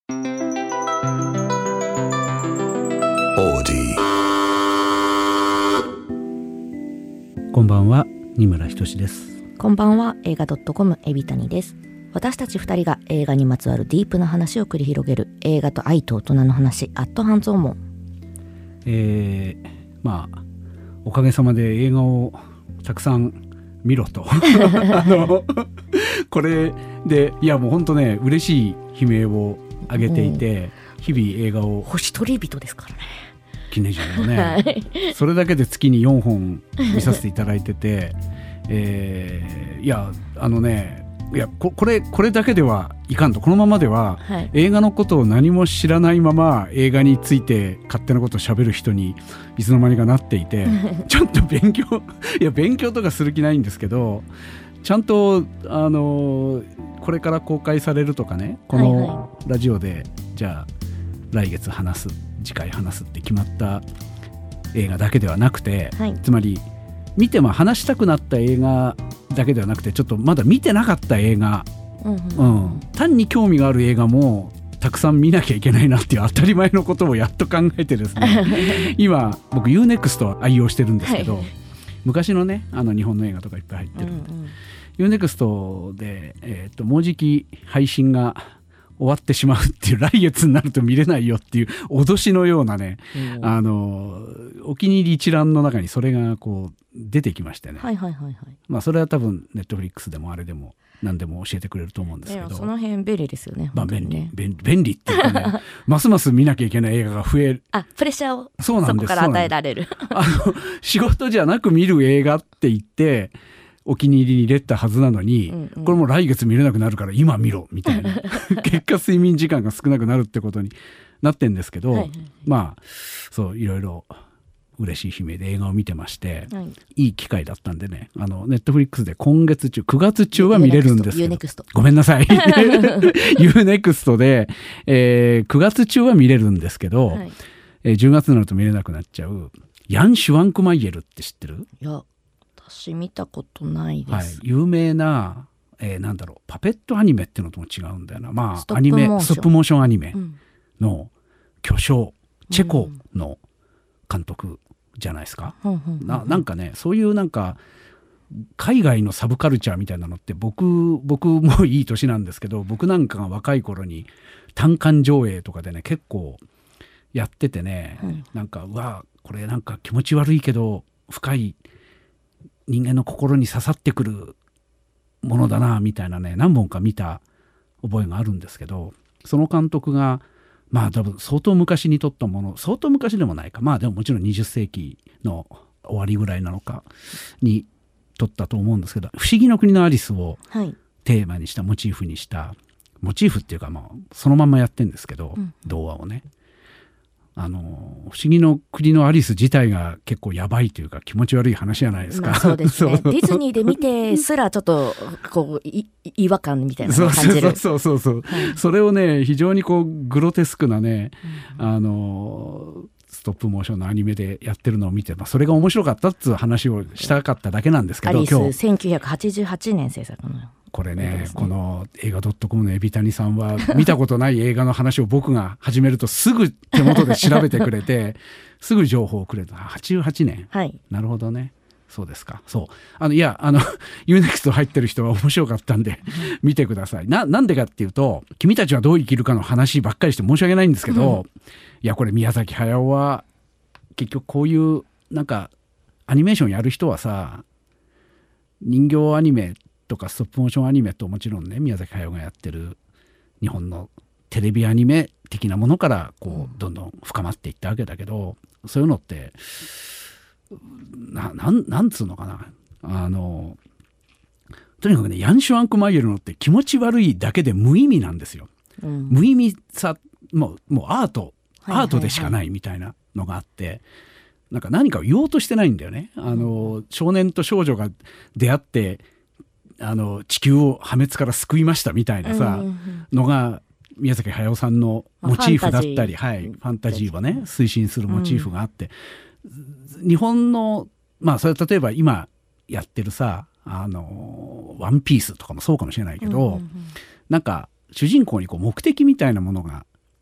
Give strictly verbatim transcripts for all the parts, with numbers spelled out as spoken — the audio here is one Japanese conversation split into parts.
こんばんは、二村仁です。 こんばんは、映画 .com エビタニです。私たちふたりが映画にまつわるディープな話を繰り広げる映画と愛と大人の話、アットハンズオモン。 えー、まあおかげさまで映画をたくさん見ろとあのこれでいやもう本当ね嬉しい悲鳴を上げていて、うん、日々映画を星取り人ですからね、 記念じゃないね、はい、それだけで月によんほん見させていただいててえー、いやあのねいや こ, これこれだけではいかんと、このままでは、はい、映画のことを何も知らないまま映画について勝手なことを喋る人にいつの間にかなっていてちょっと勉強いや勉強とかする気ないんですけど、ちゃんとあのこれから公開されるとかね、このラジオで、はいはい、じゃあ来月話す次回話すって決まった映画だけではなくて、はい、つまり見ても話したくなった映画だけではなくて、ちょっとまだ見てなかった映画、うんうんうん、単に興味がある映画もたくさん見なきゃいけないなっていう当たり前のことをやっと考えてですね今僕 ユーネクスト 愛用してるんですけど、はい、昔のねあの日本の映画とかいっぱい入ってる、うんうん、ユーネクスト で、えー、ともうじき配信が終わってしまうっていう、来月になると見れないよっていう脅しのようなね、うん、あのお気に入り一覧の中にそれがこう出てきましてね、 はいはいはいはい、 まあ、それは多分ネットフリックスでもあれでも何でも教えてくれると思うんですけど、 その辺便利ですよね。 まあ、便利、便利、便利っていうかねますます見なきゃいけない映画が増える、 あ、プレッシャーをそこから与えられるあの仕事じゃなく見る映画って言ってお気に入りに入れたはずなのに、うんうん、これも来月見れなくなるから今見ろみたいな結果睡眠時間が少なくなるってことになってんですけど、はいはいはい、まあそういろいろ嬉しい悲鳴で映画を見てまして、はい、いい機会だったんでね、あのネットフリックスで今月中くがつ中は見れるんですけど、 ユーネクスト ごめんなさいユーネクスト で、えー、くがつ中は見れるんですけど、はい、えー、じゅうがつになると見れなくなっちゃうヤン・シュワンクマイエルって知ってる？ いや私見たことないです、 はい、有名な、えー、なんだろうパペットアニメっていうのとも違うんだよな、まあアニメストップモーションアニメの巨匠、うん、チェコの監督じゃないですか、うん、な, なんかねそういうなんか海外のサブカルチャーみたいなのって僕僕もいい年なんですけど、僕なんかが若い頃に単館上映とかでね結構やっててね、うん、なんかうわこれなんか気持ち悪いけど深い人間の心に刺さってくるものだなみたいなね、何本か見た覚えがあるんですけど、その監督がまあ多分相当昔に撮ったもの、相当昔でもないか、まあでももちろんにじゅっせいきの終わりぐらいなのかに撮ったと思うんですけど、不思議の国のアリスをテーマにした、モチーフにしたモチーフっていうかまあそのまんまやってるんですけど、うん、童話をね、あの不思議の国のアリス自体が結構やばいというか気持ち悪い話じゃないですか、 まあ、そうですねディズニーで見てすらちょっとこうい違和感みたいなのを感じる、 そうそうそうそう、はい、それをね非常にこうグロテスクなね、うん、あのストップモーションのアニメでやってるのを見て、まあ、それが面白かったっていう話をしたかっただけなんですけど、 アリスせんきゅうひゃくはちじゅうはちねん制作のこれ ね, ねこの映画 .com の海老谷さんは見たことない映画の話を僕が始めるとすぐ手元で調べてくれてすぐ情報をくれた。はちじゅうはちねん、はい、なるほどね、そうですか。そうあのいやあの ユーネクスト 入ってる人は面白かったんで見てください。 な, なんでかっていうと、君たちはどう生きるかの話ばっかりして申し訳ないんですけど、うん、いやこれ宮崎駿は結局こういうなんかアニメーションやる人はさ、人形アニメとかストップモーションアニメともちろんね宮崎駿がやってる日本のテレビアニメ的なものからこうどんどん深まっていったわけだけど、そういうのってな, なん、なんつうのかな、あのとにかくねヤン・シュワンクマイエルのって気持ち悪いだけで無意味なんですよ、うん、無意味さもう、もうアートアートでしかないみたいなのがあって、はいはいはい、なんか何かを言おうとしてないんだよね。あの少年と少女が出会ってあの地球を破滅から救いましたみたいなさ、うんうんうん、のが宮崎駿さんのモチーフだったり、はい、ファンタジーをね推進するモチーフがあって、うん、日本のまあそれ例えば今やってるさあのワンピースとかもそうかもしれないけど、うんうんうん、なんか主人公にこう目的みたいなものが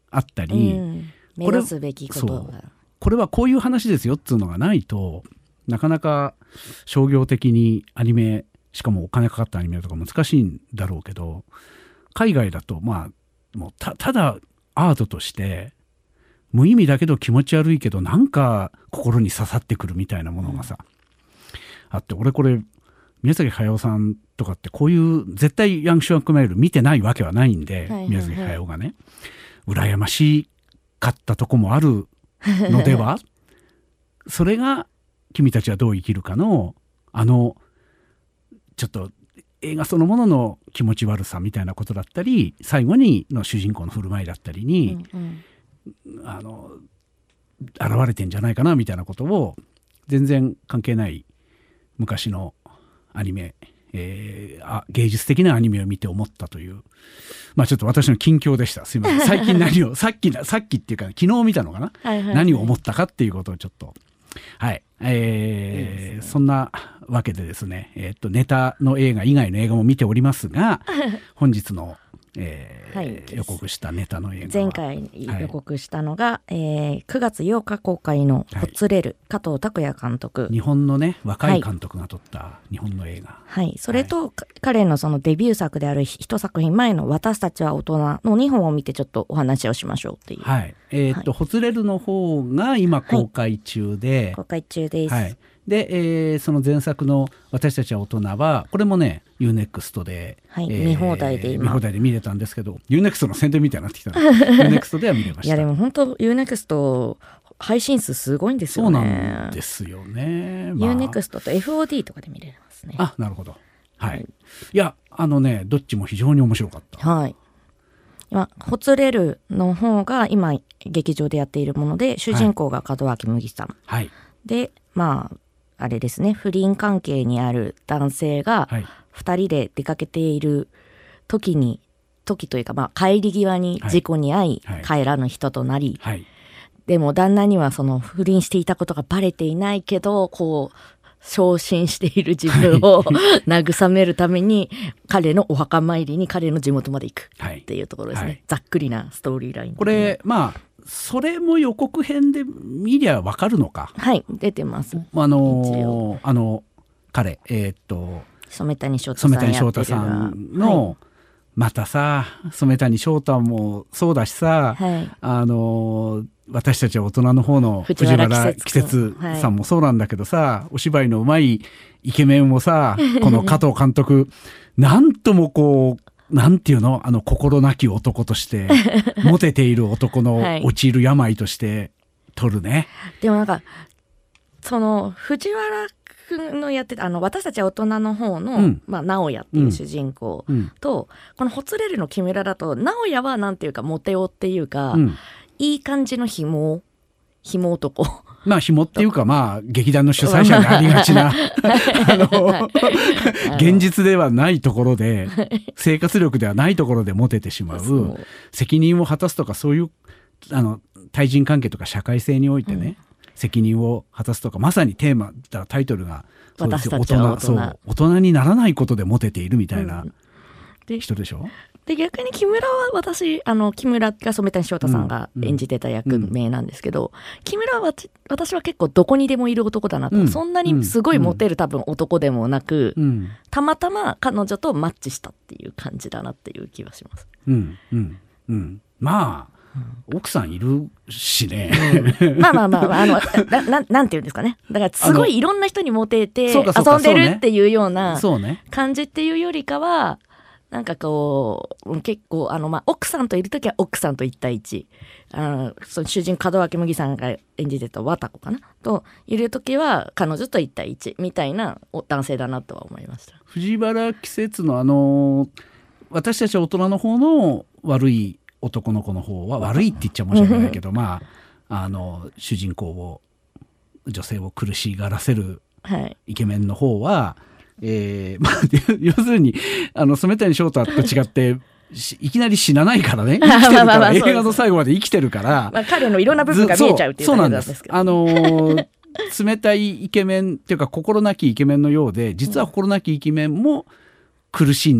あったり、 うん、目指すべきことがこれはこういう話ですよっていうのがないとなかなか商業的にアニメ、しかもお金かかったアニメとか難しいんだろうけど、海外だとまあもう た, ただアートとして無意味だけど気持ち悪いけどなんか心に刺さってくるみたいなものがさ、うん、あって、俺これ宮崎駿さんとかってこういう絶対ヤングシュアンクメール見てないわけはないんで、はいはいはい、宮崎駿がね羨ましかったとこもあるのではそれが君たちはどう生きるかのあのちょっと映画そのものの気持ち悪さみたいなことだったり、最後にの主人公の振る舞いだったりに、うんうん、あの現れてんじゃないかなみたいなことを全然関係ない昔のアニメ、えー、あ芸術的なアニメを見て思ったという、まあちょっと私の近況でした。すいません。最近何をさっきさっきっていうか昨日見たのかな、はいはいはい、何を思ったかっていうことをちょっとはい、えーいいですね、そんなわけでですね、えー、っとネタの映画以外の映画も見ておりますが本日の、えーはい、予告したネタの映画は前回予告したのが、はい、えー、くがつようか公開のほつれる、はい、加藤拓也監督、 日本のね若い監督が撮った日本の映画、 はい、はい、それと、はい、彼のそのデビュー作である一作品前の私たちは大人のにほんを見てちょっとお話をしましょうっていう、 はい、えー、っと、はい、ほつれるの方が今公開中で、はい、 公開中です、 はい、で、えー、その前作の私たちは大人はこれもね ユーネクスト で、 はい、えー、見放題で今見放題で見れたんですけど、 ユーネクスト の宣伝みたいになってきたユーネクスト では見れました。 いやでも本当 ユーネクスト 配信数すごいんですよね。 そうなんですよね、 まあ、ユーネクスト と エフオーディー とかで見れますね。 あ、なるほど、はい、はい、いやあのねどっちも非常に面白かった。 はい、今ほつれるの方が今劇場でやっているもので、主人公が門脇麦さん、 はい、 でまああれですね、不倫関係にある男性がふたりで出かけている時に、時というか、まあ、帰り際に事故に遭い、はいはい、帰らぬ人となり、はい、でも旦那にはその不倫していたことがバレていないけどこう昇進している自分を慰めるために彼のお墓参りに彼の地元まで行くっていうところですね、はい、ざっくりなストーリーライン、ね、 これまあそれも予告編で見りゃ分かるのか。 はい、出てます。 あのあの彼えー、っと染谷翔太さんやってる染谷翔太さんの、はい、またさ染谷翔太もそうだしさ、はい、あの私たちは大人の方の藤原季節さんもそうなんだけどさ、はい、お芝居のうまいイケメンをさこの加藤監督なんともこうなんていうの、あの心なき男としてモテている男の陥る病として撮るね、はい、 でもなんかその藤原君のやってたあの私たちは大人の方の、うん、まあ、直哉っていう主人公と、うん、このほつれるの木村だと直哉はなんていうかモテ男っていうか、うん、いい感じのひもひも男まあ紐っていうかまあ劇団の主催者にありがちなあの現実ではないところで生活力ではないところでモテてしまう責任を果たすとかそういうあの対人関係とか社会性においてね、うん、責任を果たすとかまさにテーマだタイトルがそうですよ、 私たちは大人、 そう大人にならないことでモテているみたいな人でしょ、うんで逆に木村は私あの木村が染谷翔太さんが演じてた役名なんですけど、うんうん、木村は私は結構どこにでもいる男だなと、うん、そんなにすごいモテる多分男でもなく、うん、たまたま彼女とマッチしたっていう感じだなっていう気はします、 うんうんうん、まあ、うん、奥さんいるしね、 うん、まあまあまああの な, な, なんていうんですかね、だからすごいいろんな人にモテて遊んでるっていうような感じっていうよりかはなんかこう結構あの、まあ、奥さんといるときは奥さんといち対いち、あのその主人門脇麦さんが演じてた綿子かなといるときは彼女といち対いちみたいな男性だなとは思いました。 藤原季節のあの私たち大人の方の悪い男の子の方は悪いって言っちゃ申し訳ないけどまああの主人公を女性を苦しがらせるイケメンの方は、はいえーまあ、要するにあの染谷翔太と違っていきなり死なないからね、生きてるから映画の最後まで生きてるから、 まあ、彼のいろんな部分が見えちゃうっていう感じなんですけど、 あのー、冷たいイケメンっていうか心なきイケメンのようで実は心なきイケメンも苦しん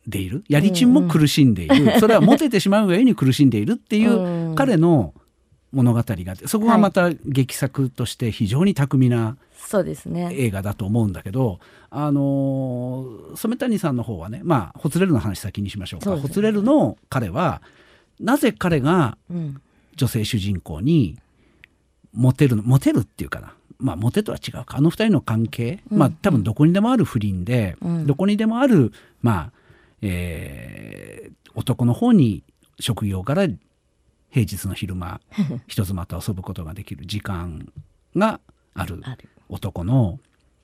でいる、やりちんも苦しんでいる、うんうん、それはモテてしまうがゆえに苦しんでいるっていう彼の物語があって、そこがまた劇作として非常に巧みな映画だと思うんだけど、あの染谷さんの方はね、まあほつれるの話先にしましょうか。う、ね、ほつれるの彼はなぜ彼が女性主人公にモテるの、モテるっていうかな、まあモテとは違うか、あの二人の関係、うん、まあ多分どこにでもある不倫で、うん、どこにでもあるまあ、えー、男の方に職業から平日の昼間人妻と遊ぶことができる時間がある男の、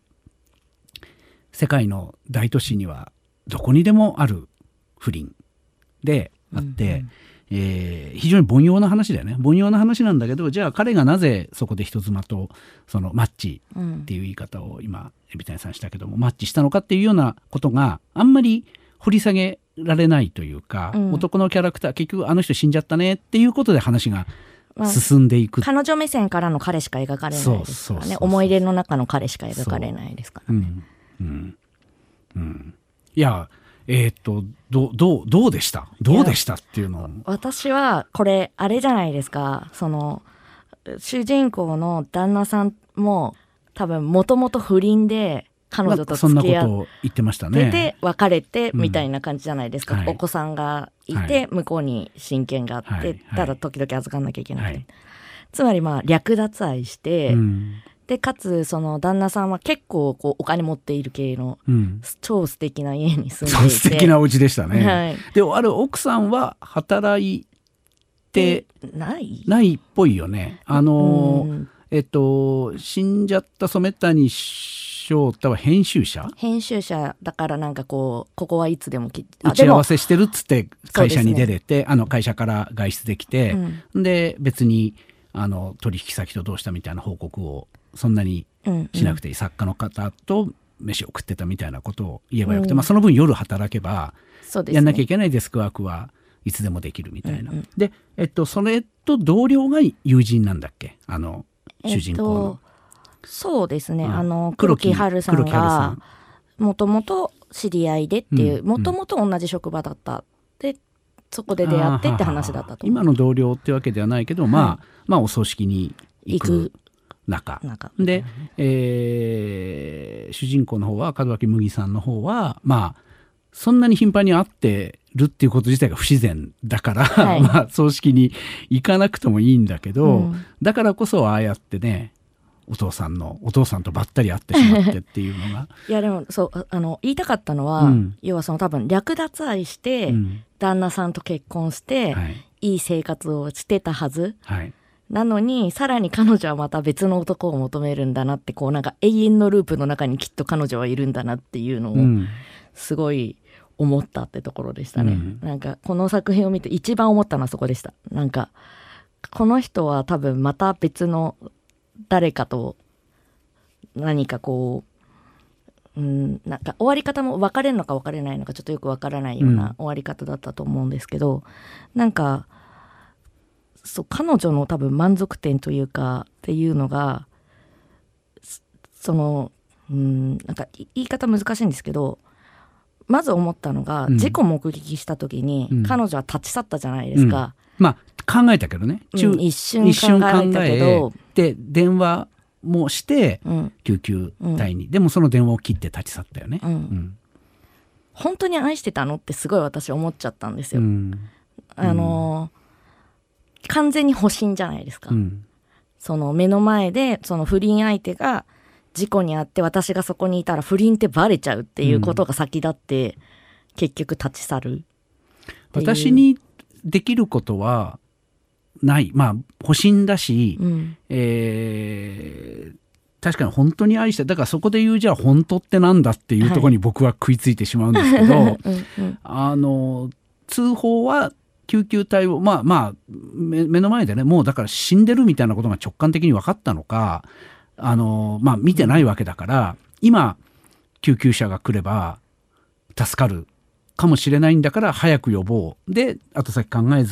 世界の大都市にはどこにでもある不倫であって、うんうんえー、非常に凡庸な話だよね。凡庸な話なんだけど、じゃあ彼がなぜそこで人妻とそのマッチっていう言い方を今海老谷さんしたけども、マッチしたのかっていうようなことがあんまり掘り下げられないというか、うん、男のキャラクター結局あの人死んじゃったねっていうことで話が進んでいく、 まあ、彼女目線からの彼しか描かれないですからね。思い出の中の彼しか描かれないですからね。うんうんうん、いやえー、っとどどうどうでしたどうでしたっていうのを、 私はこれあれじゃないですか、その主人公の旦那さんも多分もともと不倫で彼女と付き合ってて別れてみたいな感じじゃないですか、うんはい、お子さんがいて向こうに親権があって、はい、ただ時々預かんなきゃいけなくて、はい、つまりまあ略奪愛して、うん、でかつその旦那さんは結構こうお金持っている系の、うん、超素敵な家に住んでいて、 素敵なお家でしたね、はい、である奥さんは働いてないないっぽいよね。あの、うん、えっと死んじゃった染谷翔太は編集者編集者だから、なんかこうここはいつでもき打ち合わせしてるっつって会社に出れて、ね、あの会社から外出できて、うん、で別にあの取引先とどうしたみたいな報告をそんなにしなくていい、うんうん、作家の方と飯を食ってたみたいなことを言えばよくて、うんまあ、その分夜働けばやんなきゃいけないデスクワークはいつでもできるみたいな、うんうん、で、えっと、それと同僚が友人なんだっけ、あの主人公の、えっとそうですね、あの黒木華さんがもともと知り合いでっていう、もともと同じ職場だったで、そこで出会ってって話だったと思う。 今の同僚ってわけではないけど、はい、まあまあお葬式に行く中で、えー、主人公の方は門脇麦さんの方はまあそんなに頻繁に会ってるっていうこと自体が不自然だから、はい、まあ葬式に行かなくてもいいんだけど、うん、だからこそああやってね、お父さんのお父さんとばったり会ってしまってっていうのがいやでもそうあの言いたかったのは、うん、要はその多分略奪愛して、うん、旦那さんと結婚して、はい、いい生活をしてたはず、はい、なのにさらに彼女はまた別の男を求めるんだなって、こうなんか永遠のループの中にきっと彼女はいるんだなっていうのをすごい思ったってところでしたね、うん、なんかこの作品を見て一番思ったのはそこでした。なんかこの人は多分また別の誰かと何かこう、うん、なんか終わり方も別れるのか別れないのかちょっとよくわからないような終わり方だったと思うんですけど、うん、なんかそう彼女の多分満足点というかっていうのがその、うん、なんか言い方難しいんですけど、まず思ったのが、うん、事故目撃した時に、うん、彼女は立ち去ったじゃないですか、 うん、まあ考えたけどね、 うん、一瞬考えたけどで電話もして、うん、救急隊に、うん、でもその電話を切って立ち去ったよね、うんうん、 本当に愛してたのってすごい私思っちゃったんですよ、うん、あの、うん、完全に保身じゃないですか、うん、その目の前でその不倫相手が事故に遭って私がそこにいたら不倫ってバレちゃうっていうことが先立って、うん、結局立ち去る。 私にできることはない、まあ保身だし、うんえー、確かに本当に愛してだからそこで言うじゃあ本当ってなんだっていうところに僕は食いついてしまうんですけど、はいうんうん、あの通報は救急隊をまあまあ 目, 目の前でねもうだから死んでるみたいなことが直感的に分かったのかあのまあ見てないわけだから、うん、今救急車が来れば助かるかもしれないんだから早く呼ぼうで後先考えず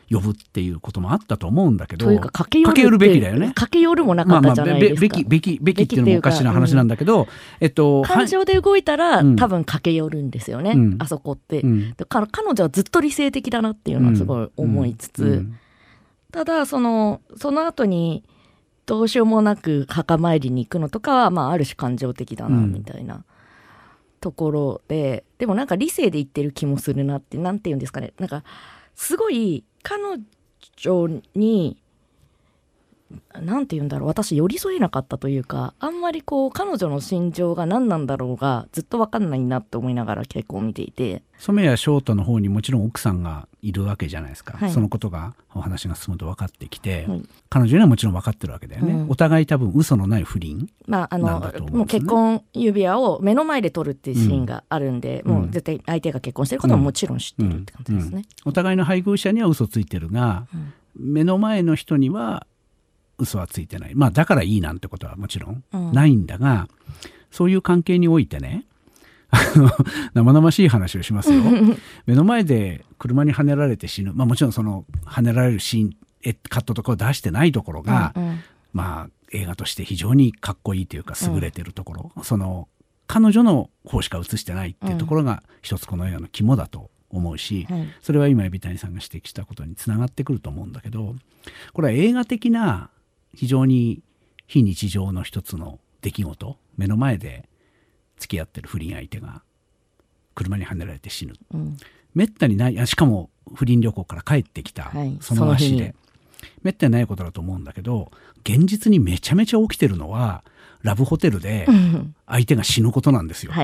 呼ぶっていうこともあったと思うんだけど、 というか駆け寄る駆け寄るべきだよね。 駆け寄るもなかったじゃないですか。 まあまあ、べべきべきべきっていうのもおかしな話なんだけど、うん、えっと感情で動いたら、うん、多分駆け寄るんですよね、うん、あそこって、うん、だから彼女はずっと理性的だなっていうのはすごい思いつつ、うんうん、ただそのその後にどうしようもなく墓参りに行くのとかは、まあ、ある種感情的だなみたいなところで、でもなんか理性で言ってる気もするなって、なんて言うんですかね、なんかすごい彼女になんて言うんだろう、私寄り添えなかったというか、あんまりこう彼女の心情が何なんだろうがずっと分かんないなって思いながら結構見ていて、 染谷翔太の方にもちろん奥さんがいるわけじゃないですか、はい、そのことがお話が進むと分かってきて、はい、彼女にはもちろん分かってるわけだよね、うん、お互い多分嘘のない不倫なんだと思うんですね。まあ、あのもう結婚指輪を目の前で撮るっていうシーンがあるんで、うん、もう絶対相手が結婚してることももちろん知ってるって感じですね、うんうん、 お互いの配偶者には嘘ついてるが、うん、目の前の人には嘘はついてない、まあだからいいなんてことはもちろんないんだが、うん、そういう関係においてね生々しい話をしますよ目の前で車にはねられて死ぬ、まあもちろんそのはねられるシーンカットとかを出してないところが、うんうん、まあ映画として非常にかっこいいというか優れてるところ、うん、その彼女の方しか映してないっていうところが一つこの映画の肝だと思うし、うん、それは今海老谷さんが指摘したことにつながってくると思うんだけど、これは映画的な非常に非日常の一つの出来事、目の前で付き合ってる不倫相手が車にはねられて死ぬ、うん、めったにない、しかも不倫旅行から帰ってきた、はい、その足でめったにないことだと思うんだけど、現実にめちゃめちゃ起きてるのはラブホテルで相手が死ぬことなんですよ。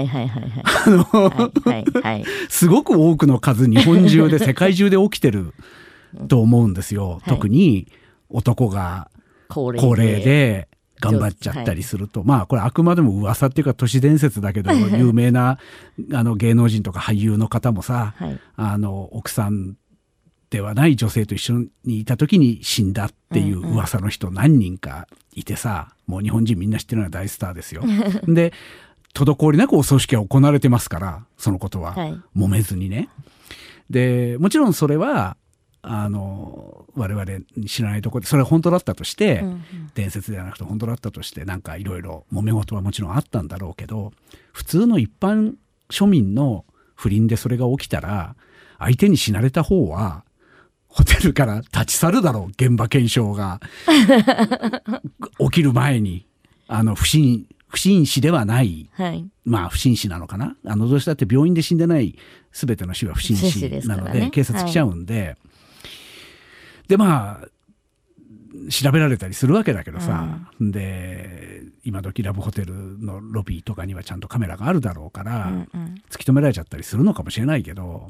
すごく多くの数日本中で世界中で起きてると思うんですよ、はい、特に男が高齢で頑張っちゃったりすると、はい、まあこれあくまでも噂っていうか都市伝説だけど有名なあの芸能人とか俳優の方もさ、はい、あの奥さんではない女性と一緒にいた時に死んだっていう噂の人何人かいてさ、うんうん、もう日本人みんな知ってるのは大スターですよで滞りなくお葬式は行われてますから、そのことは揉めずにね、はい、でもちろんそれはあの我々知らないところでそれは本当だったとして、うんうん、伝説ではなくて本当だったとしてなんかいろいろ揉め事はもちろんあったんだろうけど、普通の一般庶民の不倫でそれが起きたら相手に死なれた方はホテルから立ち去るだろう、現場検証が起きる前に。あの不審不審死ではない、はい、まあ不審死なのかな、あのどうしたって病院で死んでない全ての死は不審死なので、ね、警察来ちゃうんで、はい、でまあ調べられたりするわけだけどさ、うん、で今時ラブホテルのロビーとかにはちゃんとカメラがあるだろうから、うんうん、突き止められちゃったりするのかもしれないけど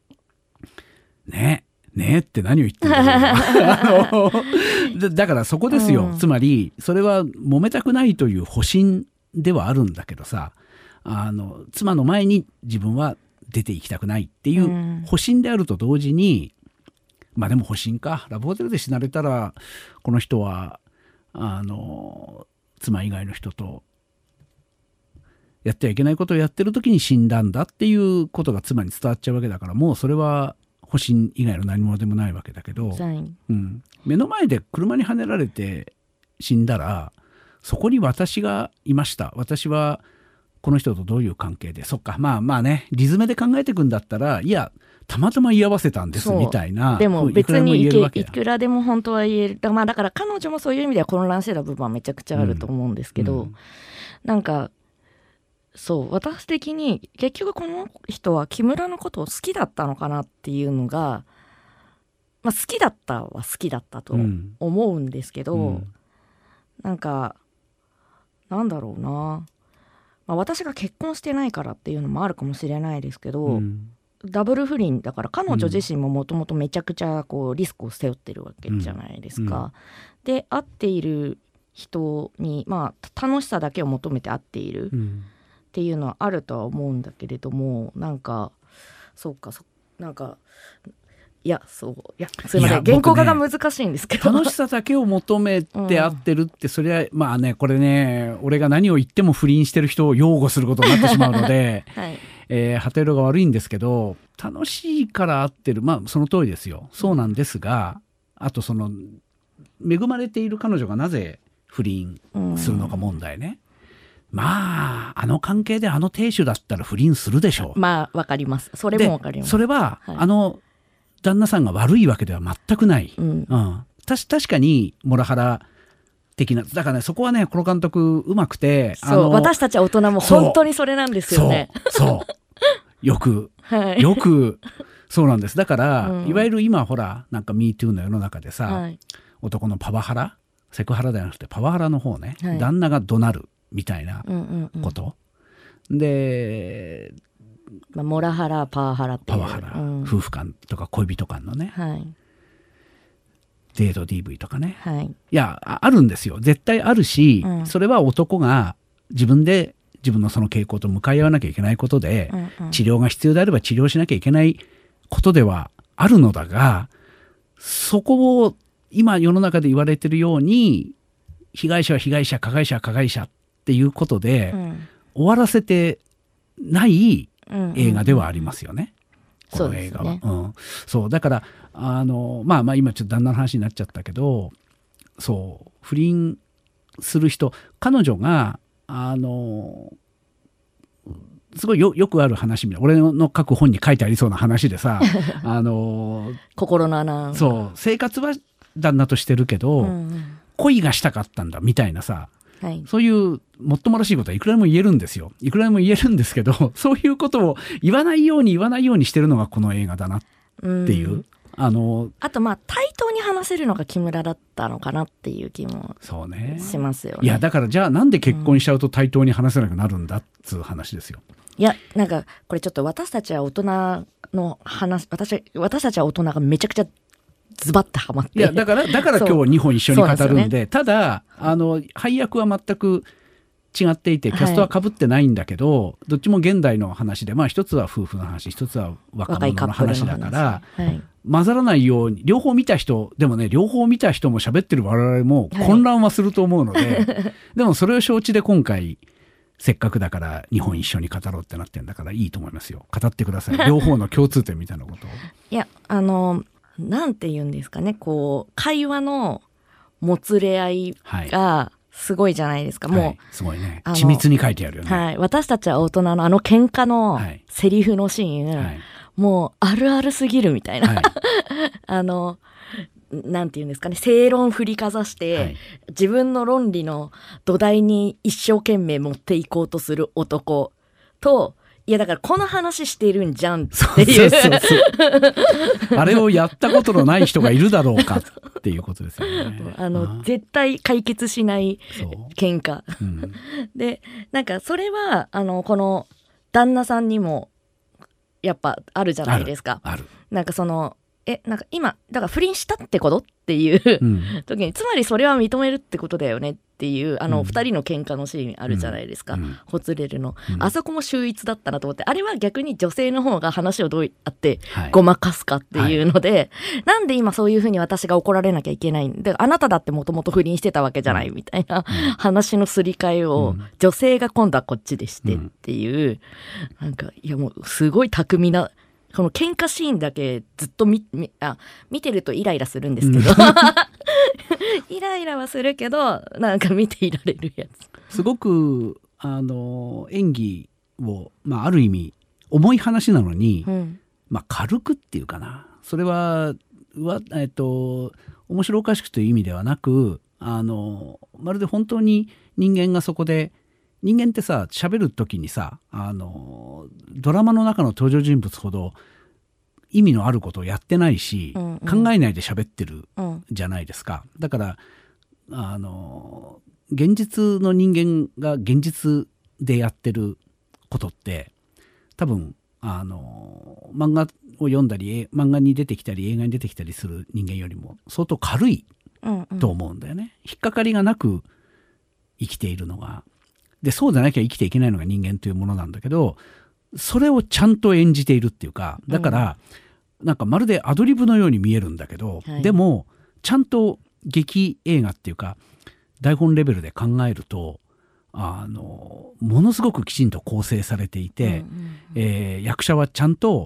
ねねえって何を言ってんだろうだ, だからそこですよ、うん、つまりそれは揉めたくないという保身ではあるんだけどさ、あの妻の前に自分は出て行きたくないっていう保身であると同時に、うん、まあでも保身か、ラブホテルで死なれたらこの人はあの妻以外の人とやってはいけないことをやってる時に死んだんだっていうことが妻に伝わっちゃうわけだから、もうそれは保身以外の何者でもないわけだけど、うん、目の前で車にはねられて死んだらそこに私がいました、私はこの人とどういう関係で、そっかまあまあねリズムで考えていくんだったらいやたまたま居合わせたんですみたいな、 でも別にいくいくらでも本当は言える、まあ、だから彼女もそういう意味では混乱してた部分はめちゃくちゃあると思うんですけど、うんうん、なんかそう私的に結局この人は木村のことを好きだったのかなっていうのが、まあ、好きだったは好きだったと思うんですけど、うん、なんかなんだろうな、まあ、私が結婚してないからっていうのもあるかもしれないですけど、うん、ダブル不倫だから彼女自身ももともとめちゃくちゃこうリスクを背負ってるわけじゃないですか、うんうん、で会っている人に、まあ、楽しさだけを求めて会っている、うんっていうのはあるとは思うんだけれども、なんかそうかそなんかいやそういやすいません、原稿化が難しいんですけど、 楽しさだけを求めて合ってるって、うん、それはまあねこれね俺が何を言っても不倫してる人を擁護することになってしまうので、はい、えー、旗色が悪いんですけど、 楽しいから合ってる、まあその通りですよ。そうなんですが、あとその恵まれている彼女がなぜ不倫するのか問題ね、うん、まああの関係であの亭主だったら不倫するでしょう。 まあわかります。それもわかります。 それは、はい、あの旦那さんが悪いわけでは全くない、うんうん、たし確かにモラハラ的な、だからね、そこはねこの監督うまくて、 そう、あの私たちは大人も本当にそれなんですよね。 そうそうよく、はい、よくそうなんです。だから、うん、いわゆる今ほらなんか ミートゥー の世の中でさ、はい、男のパワハラ、セクハラではなくてパワハラの方ね、はい、旦那が怒鳴るみたいなこと、うんうんうん、で、 まあ、モラハラパワハラっていうパワハラ、うん、夫婦間とか恋人間のね、はい、デート ディーブイ とかね、はい、いや あ, あるんですよ、絶対あるし、うん、それは男が自分で自分のその傾向と向かい合わなきゃいけないことで、うんうん、治療が必要であれば治療しなきゃいけないことではあるのだが、そこを今世の中で言われているように被害者は被害者、加害者は加害者っていうことで、うん、終わらせてない映画ではありますよね、うんうん、この映画は。 そうですね、うん、そうだからあの、まあ、まあ今ちょっと旦那の話になっちゃったけど、そう不倫する人、彼女があのすごい よ, よくある話みたいな、俺の書く本に書いてありそうな話でさあの心の穴、 そう生活は旦那としてるけど、うん、恋がしたかったんだみたいなさ、はい、そういうもっともらしいことはいくらでも言えるんですよ、いくらでも言えるんですけど、そういうことを言わないように言わないようにしてるのがこの映画だなっていう、うん、あのあとまあ対等に話せるのが木村だったのかなっていう気もしますよね。 いやだからじゃあなんで結婚しちゃうと対等に話せなくなるんだっつう話ですよ。 いやなんかこれちょっと私たちは大人の話、私私たちは大人がめちゃくちゃズバッとはまって、 いやだからだから今日にほん一緒に語るん で, で、ね、ただあの配役は全く違っていてキャストは被ってないんだけど、はい、どっちも現代の話で、まあ一つは夫婦の話、一つは若者の話だから、はい、混ざらないように両方見た人でもね、両方見た人も喋ってる我々も混乱はすると思うので、はい、でもそれを承知で今回せっかくだからにほん一緒に語ろうってなってんだからいいと思いますよ。語ってください、両方の共通点みたいなことを。 いやあのなんて言うんですかね、こう会話のもつれ合いがすごいじゃないですか、はい、もう、はい、 すごいね、緻密に書いてあるよね、 はい、私たちは大人のあの喧嘩のセリフのシーン、はい、もうあるあるすぎるみたいな、はい、あのなんて言うんですかね、正論振りかざして、はい、自分の論理の土台に一生懸命持っていこうとする男と、いやだからこの話してるんじゃんっていう、そうそうそうあれをやったことのない人がいるだろうかっていうことですよね。 あのあ絶対解決しない喧嘩、うん、でなんかそれはあのこの旦那さんにもやっぱあるじゃないですか。 あるある。 なんかそのえなんか今だから不倫したってことっていう、うん、時につまりそれは認めるってことだよねっていうあの、うん、ふたりの喧嘩のシーンあるじゃないですか、うん、ほつれるの、うん、あそこも秀逸だったなと思って、あれは逆に女性の方が話をどうやってごまかすかっていうので、はい、なんで今そういうふうに私が怒られなきゃいけないんで、あなただってもともと不倫してたわけじゃないみたいな、うん、話のすり替えを女性が今度はこっちでしてっていう、うん、なんかいやもうすごい巧みなこの喧嘩シーンだけずっと 見, 見, あ見てるとイライラするんですけど、うん、イライラはするけどなんか見ていられるやつ、すごくあの演技を、まあ、ある意味重い話なのに、うんまあ、軽くっていうかな、それはわ、えっと、面白おかしくという意味ではなく、あのまるで本当に人間がそこで、人間ってさ喋る時にさあのドラマの中の登場人物ほど意味のあることをやってないし、うんうん、考えないで喋ってるじゃないですか、うん、だからあの現実の人間が現実でやってることって多分あの漫画を読んだり漫画に出てきたり映画に出てきたりする人間よりも相当軽いと思うんだよね、うんうん、引っかかりがなく生きているのがで、そうでなきゃ生きていけないのが人間というものなんだけど、それをちゃんと演じているっていうか、だから、うん、なんかまるでアドリブのように見えるんだけど、はい、でもちゃんと劇映画っていうか台本レベルで考えるとあのものすごくきちんと構成されていて、うんうんうんえー、役者はちゃんと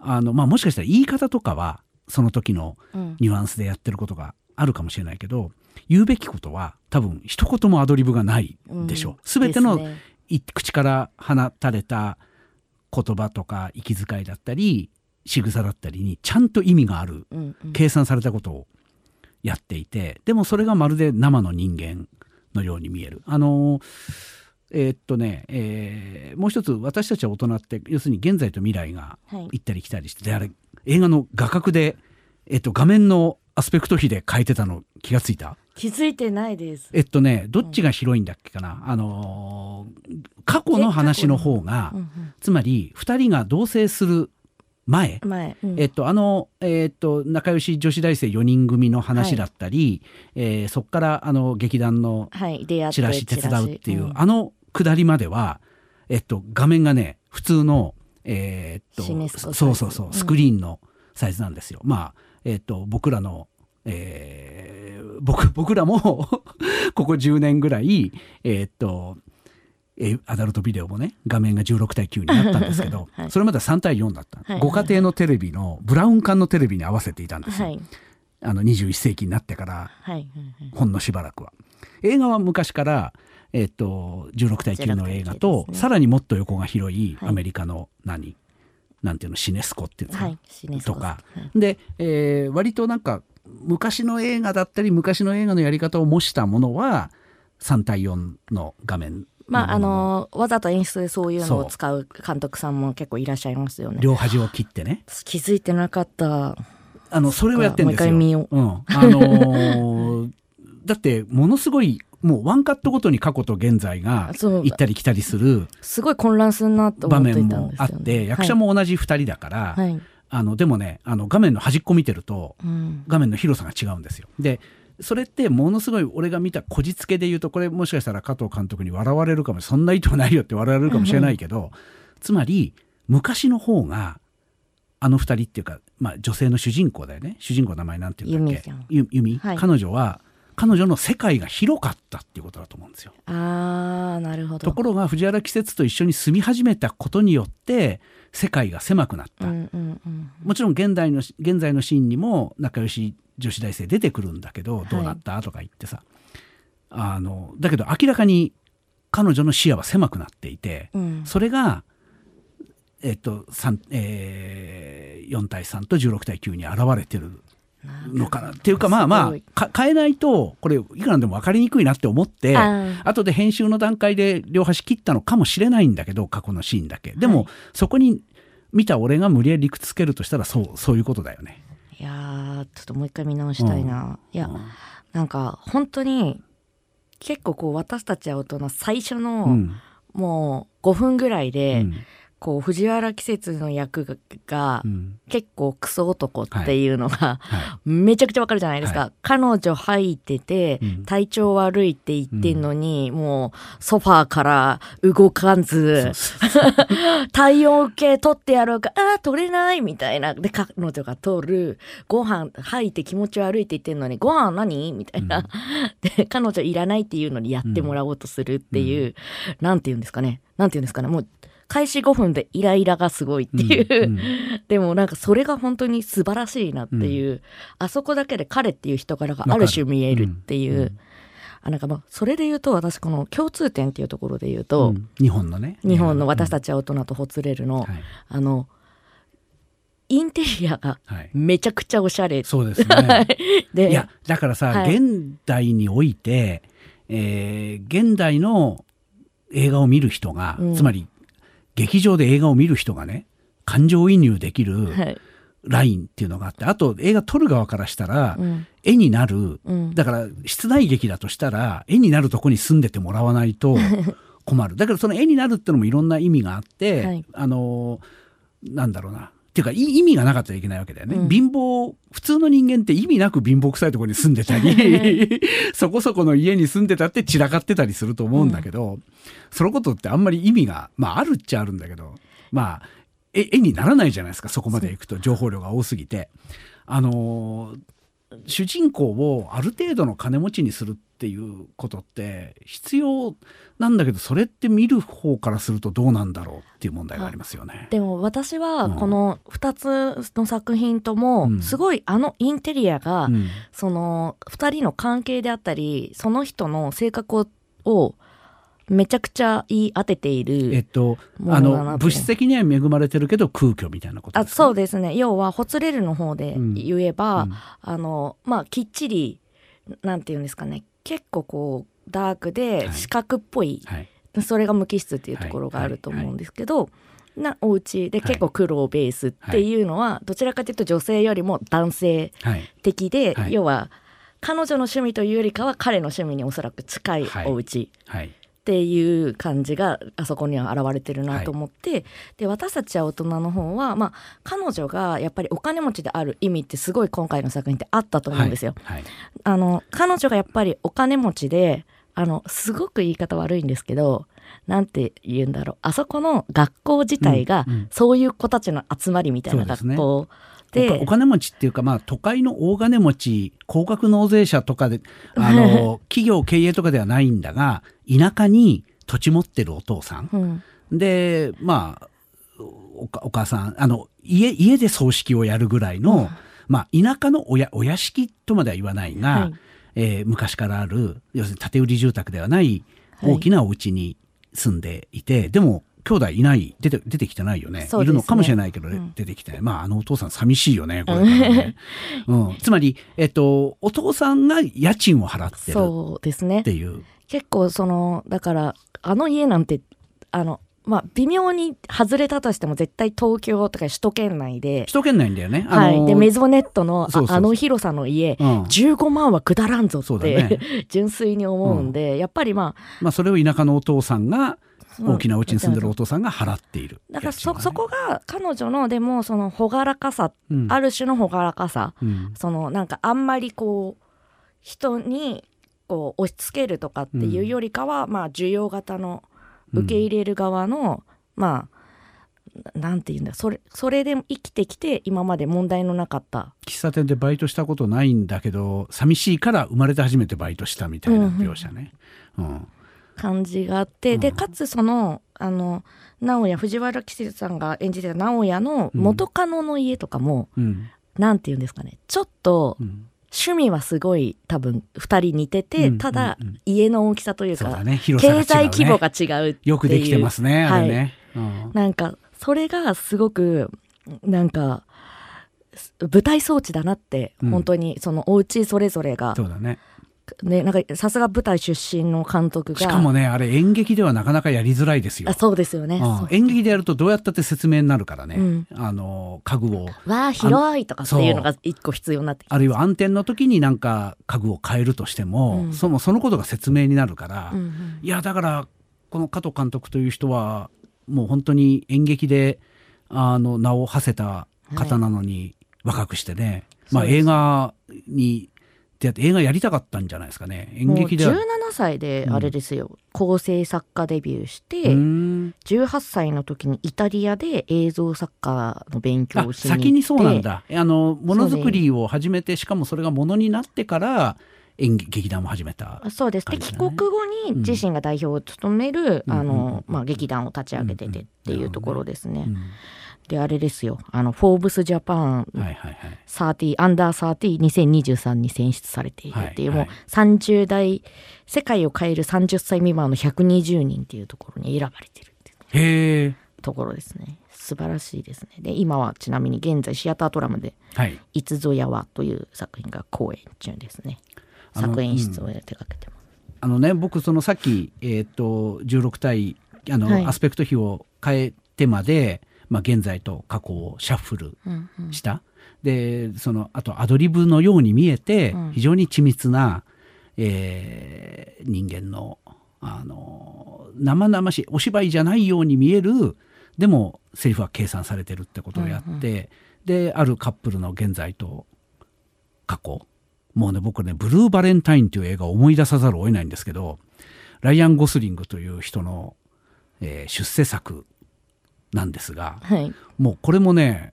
あの、まあ、もしかしたら言い方とかはその時のニュアンスでやってることがあるかもしれないけど、うん、言うべきことは多分一言もアドリブがないでしょう。すべ、うん、ての、ね、口から放たれた言葉とか息遣いだったり仕草だったりにちゃんと意味がある、うんうん、計算されたことをやっていて、でもそれがまるで生の人間のように見える。あのえー、っとね、えー、もう一つ私たちは大人って要するに現在と未来が行ったり来たりして、はい、であれ映画の画角で、えー、っと画面のアスペクト比で変えてたの気がついた？ 気づいてないです。 えっとねどっちが広いんだっけかな、うん、あの過去の話の方が、うんうん、つまりふたりが同棲する前、前うん、えっとあのえっと仲良し女子大生よにん組の話だったり、はいえー、そこからあの劇団のチラシ手伝うっていう、はい、あの下りまでは、えっと、画面がね普通の、えー、っとシネスコそうそうそうスクリーンのサイズなんですよ。うん、まあ、えー、っと僕らの、えー、僕, 僕らもここじゅうねんぐらい、えー、っとアダルトビデオもね画面がじゅうろくたいきゅうになったんですけど、はい、それまではさんたいよんだった、はい、ご家庭のテレビのブラウン管のテレビに合わせていたんですよ、はい、あのにじゅういっせいきになってから、はい、ほんのしばらくは。映画は昔からえー、とじゅうろくたいきゅうの映画と、ね、さらにもっと横が広いアメリカの何、はい、なんていうのシネスコっていうの、はい、とか、はい、で、えー、割となんか昔の映画だったり昔の映画のやり方を模したものはさんたいよんの画面、 まああのわざと演出でそういうのを使う監督さんも結構いらっしゃいますよね。 両端を切ってね。 気づいてなかった。 あのそれをやってるんですよ。 もう一回見よう、 うんあのー、だってものすごいもうワンカットごとに過去と現在が行ったり来たりするすごい混乱するなと思っていたんですよ、ね、場面もあって役者も同じふたりだから、はい、あのでもねあの画面の端っこ見てると、うん、画面の広さが違うんですよ。でそれってものすごい俺が見たこじつけで言うとこれもしかしたら加藤監督に笑われるかもそんな意図ないよって笑われるかもしれないけど、うん、つまり昔の方があのふたりっていうか、まあ、女性の主人公だよね。主人公の名前なんていうんだっけ、ユミ、はい、彼女は彼女の世界が広かったっていうことだと思うんですよ。 あーなるほど。 ところが藤原季節と一緒に住み始めたことによって世界が狭くなった、うんうんうん、もちろん現代の現在のシーンにも仲良し女子大生出てくるんだけど、はい、どうなったとか言ってさあのだけど明らかに彼女の視野は狭くなっていて、うん、それが、えっとえー、よんたいさんとじゅうろくたいきゅうに現れてるのかなっていうかまあまあ変えないとこれいくらでも分かりにくいなって思って後で編集の段階で両端切ったのかもしれないんだけど過去のシーンだけでも、はい、そこに見た俺が無理やり理屈つけるとしたらそうそういうことだよね。 いやちょっともう一回見直したいな、うん、いや、うん、なんか本当に結構こう私たちは大人最初の、うん、もうごふんぐらいで、うんこう藤原季節の役が結構クソ男っていうのが、はい、めちゃくちゃわかるじゃないですか、はい、彼女入ってて、うん、体調悪いって言ってんのに、うん、もうソファーから動かず体温計取ってやろうかあー取れないみたいなで彼女が取るご飯入って気持ち悪いって言ってんのにご飯何みたいな、うん、で彼女いらないっていうのにやってもらおうとするっていう、うん、なんて言うんですかねなんて言うんですかねもう開始ごふんでイライラがすごいっていう、うんうん、でもなんかそれが本当に素晴らしいなっていう、うん、あそこだけで彼っていう人柄がある種見えるっていう、うんうん、あなんかまあそれで言うと私この共通点っていうところで言うと、うん、 日本のね日本の私たちは大人とほつれるの、うん、あのインテリアがめちゃくちゃおしゃれ、はい、 そうですねでいやだからさ、はい、現代において、えー、現代の映画を見る人が、うん、つまり劇場で映画を見る人がね感情移入できるラインっていうのがあって、はい、あと映画撮る側からしたら、うん、絵になる、うん、だから室内劇だとしたら絵になるとこに住んでてもらわないと困るだけどその絵になるってのもいろんな意味があって、はい、あのなんだろうなっていうか意味がなかったらいけないわけだよね、うん、貧乏普通の人間って意味なく貧乏くさいところに住んでたりそこそこの家に住んでたって散らかってたりすると思うんだけど、うん、そのことってあんまり意味が、まあ、あるっちゃあるんだけどまあ絵にならないじゃないですかそこまでいくと情報量が多すぎてあの主人公をある程度の金持ちにするっていうことって必要なんだけど、それって見る方からするとどうなんだろうっていう問題がありますよね。 でも私はこのふたつの作品ともすごいあのインテリアが、うん、そのふたりの関係であったりその人の性格をめちゃくちゃ言い当てている、 えっと、あの物質的には恵まれてるけど空虚みたいなことですか？ あ、そうですね。要はホツレルの方で言えば、うん、あのまあきっちりなんていうんですかね、結構こうダークで四角っぽい、はいはい、それが無機質っていうところがあると思うんですけど、はいはいはい、なお家で結構黒ベースっていうのは、はい、どちらかというと女性よりも男性的で、はいはい、要は彼女の趣味というよりかは彼の趣味におそらく近いお家、はいはいっていう感じがあそこには現れてるなと思って、はい、で私たちは大人の方は、まあ、彼女がやっぱりお金持ちである意味ってすごい今回の作品ってあったと思うんですよ、はいはい、あの彼女がやっぱりお金持ちであのすごく言い方悪いんですけどなんて言うんだろう、あそこの学校自体がそういう子たちの集まりみたいな学校、でお金持ちっていうか、まあ、都会の大金持ち高額納税者とかであの企業経営とかではないんだが田舎に土地持ってるお父さん、うん、でまあ お, お母さんあの 家, 家で葬式をやるぐらいの、うんまあ、田舎の お, やお屋敷とまでは言わないが、はいえー、昔からある要するに建て売り住宅ではない大きなお家に住んでいて、はい、でも兄弟いない出て出てきてないよ ね, ねいるのかもしれないけど、うん、出てきて、まあ、あのお父さん寂しいよねこれからね、うん、つまり、えっと、お父さんが家賃を払ってるっていう。 そうですね。結構そのだからあの家なんてあのまあ、微妙に外れたとしても絶対東京とか首都圏内で首都圏内だよね、 あのーはい、でメゾネットの あ, そうそうそうあの広さの家、うん、じゅうごまんはくだらんぞって、ね、純粋に思うんで、うん、やっぱりまあ、 まあそれを田舎のお父さんが大きなお家に住んでるお父さんが払っている、 だから そ, そこが彼女のでもその朗らかさ、うん、ある種の朗らかさ、うん、そのなんかあんまりこう人にこう押し付けるとかっていうよりかは、うん、まあ需要型の受け入れる側の、うん、まあなんていうんだそれそれで生きてきて今まで問題のなかった喫茶店でバイトしたことないんだけど寂しいから生まれて初めてバイトしたみたいな描写ね、うんうん感じがあって、うん、でかつそのあの直哉藤原紀香さんが演じてた直哉の元カノの家とかも、うん、なんていうんですかね、ちょっと、うん、趣味はすごい多分ふたり似てて、うん、ただ、うんうん、家の大きさというか、ね、広さが違うね、経済規模が違うっていうよくできてますね、あれね、 はいうん、なんかそれがすごくなんか舞台装置だなって、うん、本当にそのお家それぞれがそうだねね、なんかさすが舞台出身の監督がしかもねあれ演劇ではなかなかやりづらいですよ。 あそうですよね、 うん、演劇でやるとどうやったって説明になるからね、うん、あの家具をわあ広いとかっていうのが一個必要になってきてあ, あるいは暗転の時になんか家具を変えるとしても、うん、そのそのことが説明になるから、うんうん、いやだからこの加藤監督という人はもう本当に演劇であの名を馳せた方なのに、はい、若くしてね、まあ、映画に映画やりたかったんじゃないですかね。演劇ではもうじゅうななさいであれですよ、うん、構成作家デビューしてじゅうはっさいの時にイタリアで映像作家の勉強をしに行って、 先にそうなんだ、あのものづくりを始めてしかもそれがものになってから演劇団も始めた、 ね、そうです。で帰国後に自身が代表を務める、うん、あのまあ、劇団を立ち上げててっていうところですね、うんうんうんであれですよ、あのフォーブスジャパン、はいはいはい、さんじゅうアンダーさんじゅうにせんにじゅうさんに選出されているっていう、はいはい、もうさんじゅう代世界を変えるさんじゅっさい未満のひゃくにじゅうにんっていうところに選ばれてるっていう、ね、ところですね。素晴らしいですね。で今はちなみに現在シアタートラムで、はい、いつぞやはという作品が公演中ですね。作演出を手掛けてます。 あのね僕そのさっき、えー、とじゅうろく体あの、はい、アスペクト比を変えてまでまあ、現在と過去をシャッフルした、うんうん、でそのあとアドリブのように見えて非常に緻密な、えー、人間の、あの生々しいお芝居じゃないように見えるでもセリフは計算されてるってことをやって、うんうん、であるカップルの現在と過去もうね僕ねブルーバレンタインという映画を思い出さざるを得ないんですけどライアン・ゴスリングという人の、えー、出世作なんですが、はい、もうこれもね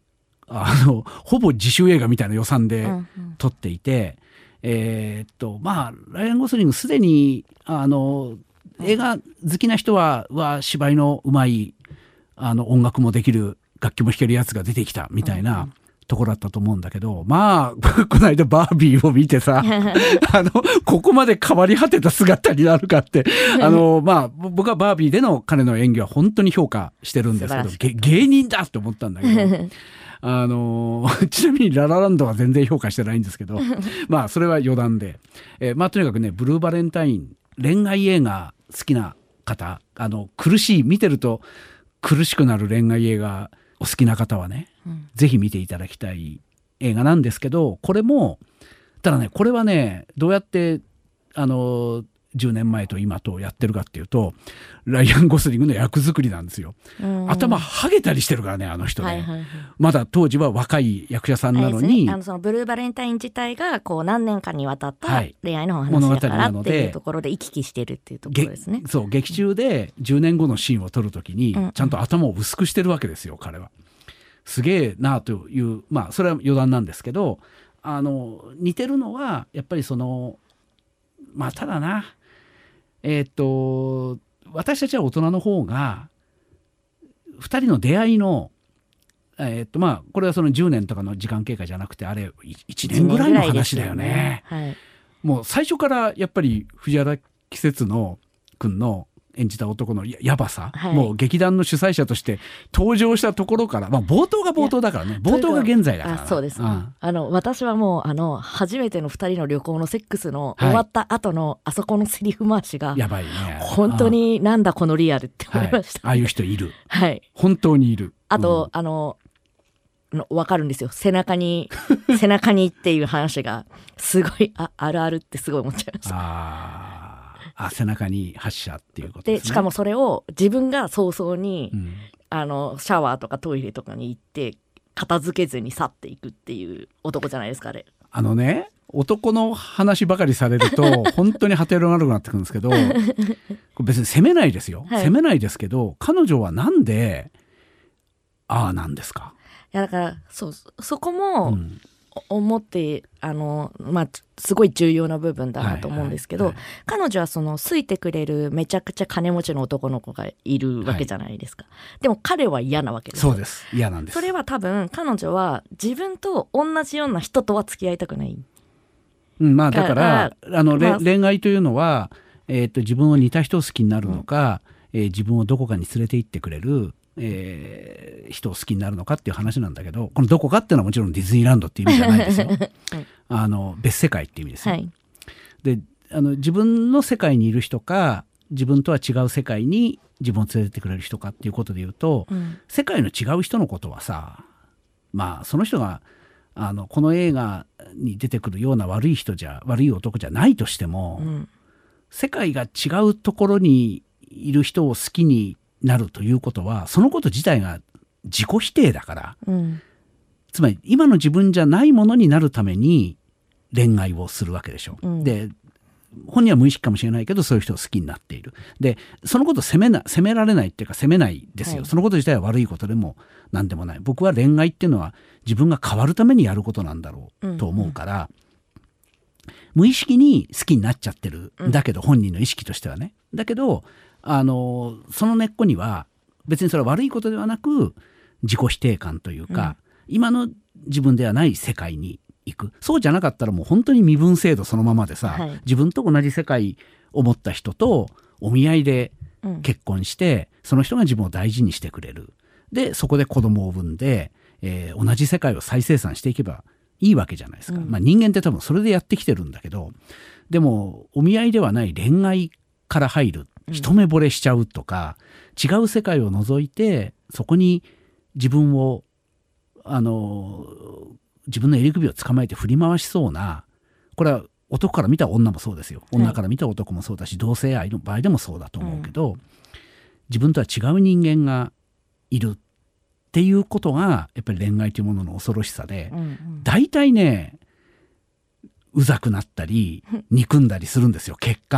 あのほぼ自主映画みたいな予算で撮っていて、うんうん、えー、っとまあライアン・ゴスリングすでにあの映画好きな人は、は芝居のうまいあの音楽もできる楽器も弾けるやつが出てきたみたいな、うんうん、ところだったと思うんだけど、まあこの間バービーを見てさあのここまで変わり果てた姿になるかってあの、まあ、僕はバービーでの彼の演技は本当に評価してるんですけど、芸人だって思ったんだけどあのちなみにララランドは全然評価してないんですけどまあそれは余談で、えー、まあとにかくねブルーバレンタイン恋愛映画好きな方、あの苦しい見てると苦しくなる恋愛映画お好きな方はね、うん、ぜひ見ていただきたい映画なんですけど、これもただねこれはねどうやってあのじゅうねんまえと今とやってるかっていうとライアン・ゴスリングの役作りなんですよ。頭ハゲたりしてるからねあの人ね、はいはいはい、まだ当時は若い役者さんなのに、 あのそのブルーバレンタイン自体がこう何年かにわたった恋愛の話だからっていうところで行き来してるっていうところですね。 そう劇中でじゅうねんごのシーンを撮るときにちゃんと頭を薄くしてるわけですよ彼は。すげえなという、まあそれは余談なんですけど、あの似てるのはやっぱりそのまあただなえー、っと私たちは大人の方がふたりの出会いの、えー、っとまあこれはそのじゅうねんとかの時間経過じゃなくてあれいちねんぐらいの話だよね。はい、もう最初からやっぱり藤原季節の君の演じた男のやばさ、はい、もう劇団の主催者として登場したところから、まあ、冒頭が冒頭だからね冒頭が現在だから、 あそうです、うん、あの私はもうあの初めてのふたりの旅行のセックスの終わった後の、はい、あそこのセリフ回しがやばいね本当になんだこのリアルって思いました、 はい、ああいう人いる、 はい、 本当にいる。 あと、うん、あの分かるんですよ背中に背中にっていう話がすごい あ, あるあるってすごい思っちゃいました。 ああ背中に発射っていうことですね。 でしかもそれを自分が早々に、うん、あのシャワーとかトイレとかに行って片付けずに去っていくっていう男じゃないですかあれ。 あのね男の話ばかりされると本当に果てる悪くなってくるんですけど別に責めないですよ、はい、責めないですけど彼女はなんでああなんですか。 いやだからそうそこも、うん思ってあの、まあ、すごい重要な部分だなと思うんですけど、はいはいはい、彼女はその好いてくれるめちゃくちゃ金持ちの男の子がいるわけじゃないですか、はい、でも彼は嫌なわけです。 そうです嫌なんです。 それは多分彼女は自分と同じような人とは付き合いたくない、 うんまあ、だからあの、まあ、恋愛というのは、えー、と自分を似た人を好きになるのか、うんえー、自分をどこかに連れて行ってくれるえー、人を好きになるのかっていう話なんだけど、このどこかっていうのはもちろんディズニーランドっていう意味じゃないですよ、はい、あの別世界っていう意味ですよ、はい、であの自分の世界にいる人か自分とは違う世界に自分を連れてってくれる人かっていうことで言うと、うん、世界の違う人のことはさまあその人があのこの映画に出てくるような悪い人じゃ悪い男じゃないとしても、うん、世界が違うところにいる人を好きになるということはそのこと自体が自己否定だから、うん、つまり今の自分じゃないものになるために恋愛をするわけでしょ、うん、で本人は無意識かもしれないけどそういう人を好きになっている。でそのことを責めな責められないっていうか責めないですよ、はい、そのこと自体は悪いことでも何でもない。僕は恋愛っていうのは自分が変わるためにやることなんだろうと思うから、うんうん、無意識に好きになっちゃってるんだけど、うん、本人の意識としてはねだけどあのその根っこには別にそれは悪いことではなく自己否定感というか、うん、今の自分ではない世界に行く。そうじゃなかったらもう本当に身分制度そのままでさ、はい、自分と同じ世界を持った人とお見合いで結婚して、うん、その人が自分を大事にしてくれる。でそこで子供を産んで、えー、同じ世界を再生産していけばいいわけじゃないですか、うんまあ、人間って多分それでやってきてるんだけど、でもお見合いではない恋愛から入る一目惚れしちゃうとか、うん、違う世界を覗いてそこに自分をあの自分の襟首を捕まえて振り回しそうな、これは男から見た女もそうですよ、女から見た男もそうだし、はい、同性愛の場合でもそうだと思うけど、うん、自分とは違う人間がいるっていうことがやっぱり恋愛というものの恐ろしさで、うんうん、大体ねうざくなったり憎んだりするんですよ結果。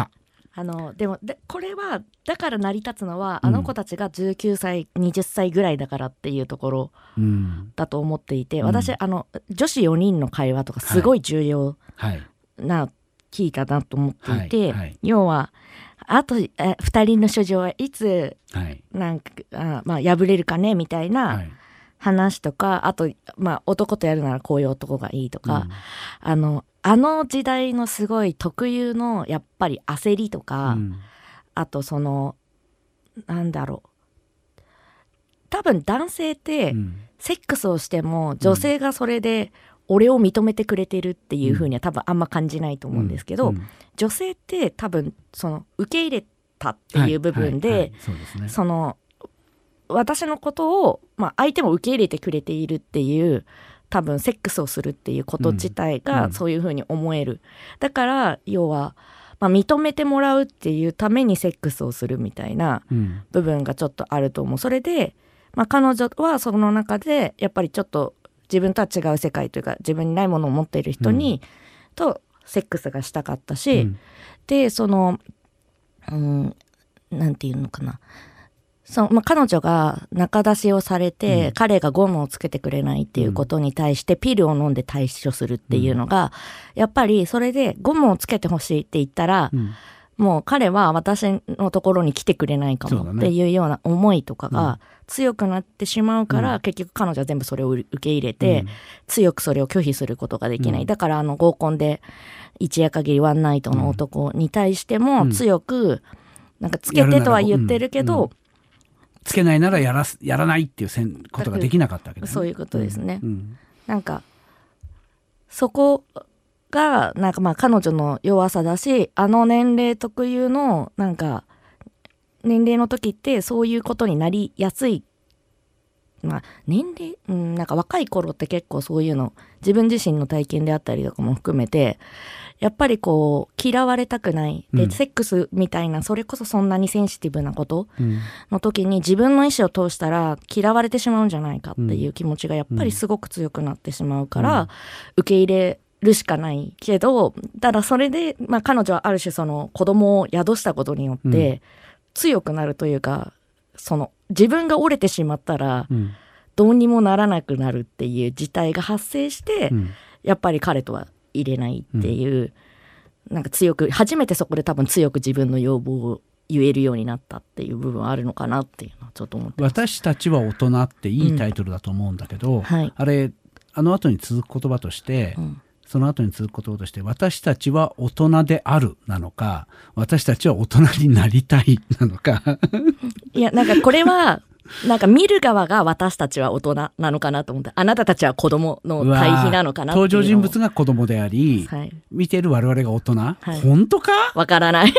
あのでもでこれはだから成り立つのは、うん、あの子たちがじゅうきゅうさいにじゅっさいぐらいだからっていうところだと思っていて、うん、私あの女子よにんの会話とかすごい重要な、はい、聞いたなと思っていて、はいはい、要はあとえふたりの主情はいつ、はい、なんかあ、まあ、破れるかねみたいな話とか、はい、あと、まあ、男とやるならこういう男がいいとか、うん、あのあの時代のすごい特有のやっぱり焦りとか、うん、あとそのなんだろう、多分男性ってセックスをしても女性がそれで俺を認めてくれてるっていう風には多分あんま感じないと思うんですけど、うんうん、女性って多分その受け入れたっていう部分でその私のことを、まあ、相手も受け入れてくれているっていう多分セックスをするっていうこと自体がそういう風に思える、うん、だから要は、まあ、認めてもらうっていうためにセックスをするみたいな部分がちょっとあると思う。それで、まあ、彼女はその中でやっぱりちょっと自分とは違う世界というか自分にないものを持っている人に、うん、とセックスがしたかったし、うん、でその、うん、なんていうのかな、その、まあ、彼女が仲出しをされて、うん、彼がゴムをつけてくれないっていうことに対してピルを飲んで対処するっていうのが、うん、やっぱりそれでゴムをつけてほしいって言ったら、うん、もう彼は私のところに来てくれないかもっていうような思いとかが強くなってしまうから、うん、結局彼女は全部それを受け入れて、うん、強くそれを拒否することができない、うん、だからあの合コンで一夜限りワンナイトの男に対しても強くなんかつけてとは言ってるけど、 つけないならやらす、やらないっていうせんことができなかったわけですね。 そういうことですね、うんうん、なんかそこがなんかまあ彼女の弱さだし、あの年齢特有のなんか年齢の時ってそういうことになりやすい、まあ年齢、うん、なんか若い頃って結構そういうの自分自身の体験であったりとかも含めてやっぱりこう嫌われたくないで、うん、セックスみたいなそれこそそんなにセンシティブなことの時に自分の意思を通したら嫌われてしまうんじゃないかっていう気持ちがやっぱりすごく強くなってしまうから、うん、受け入れるしかないけど、ただそれで、まあ、彼女はある種その子供を宿したことによって強くなるというか、うん、その自分が折れてしまったらどうにもならなくなるっていう事態が発生して、うん、やっぱり彼とは入れないっていう、うん、なんか強く初めてそこで多分強く自分の要望を言えるようになったっていう部分はあるのかなっていうのはちょっと思ってます。 私たちは大人っていいタイトルだと思うんだけど、うんはい、あれあの後に続く言葉として、うんその後に続く言葉として私たちは大人であるなのか私たちは大人になりたいなのかいやなんかこれはなんか見る側が私たちは大人なのかなと思って、あなたたちは子供の対比なのかなっていうの登場人物が子供であり、はい、見ている我々が大人、はい、本当かわからない